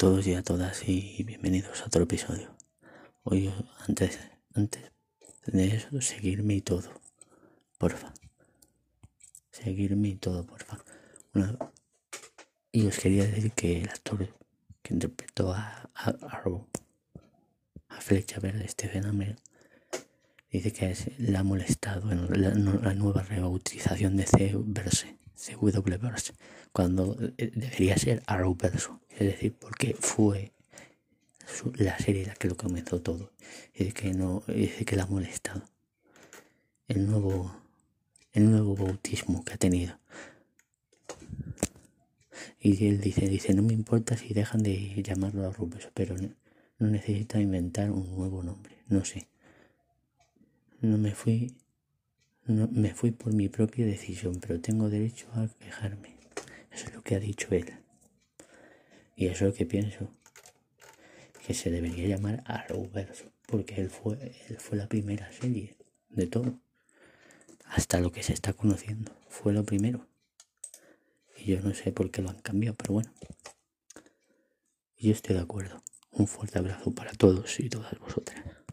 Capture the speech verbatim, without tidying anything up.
todos y a todas y bienvenidos a otro episodio. Hoy, antes, antes de eso, seguirme y todo, porfa. Seguirme y todo, porfa. Una... Y os quería decir que el actor que interpretó a, a, a, a Flecha Verde, Stephen Amell, dice que es, le ha molestado en la, la nueva rebautización de C-Verse, C W Verse, cuando debería ser Arrowverse, es decir, porque fue su, la serie la que lo comenzó todo, y dice que no, dice que le ha molestado el nuevo, el nuevo bautismo que ha tenido. Y él dice, dice, no me importa si dejan de llamarlo Arrowverse, pero no, no necesita inventar un nuevo nombre, no sé. No me fui, no, me fui por mi propia decisión, pero tengo derecho a quejarme. Eso es lo que ha dicho él. Y eso es lo que pienso. Que se debería llamar Arrowverse, porque él fue, él fue la primera serie de todo. Hasta lo que se está conociendo. Fue lo primero. Y yo no sé por qué lo han cambiado, pero bueno. Yo estoy de acuerdo. Un fuerte abrazo para todos y todas vosotras.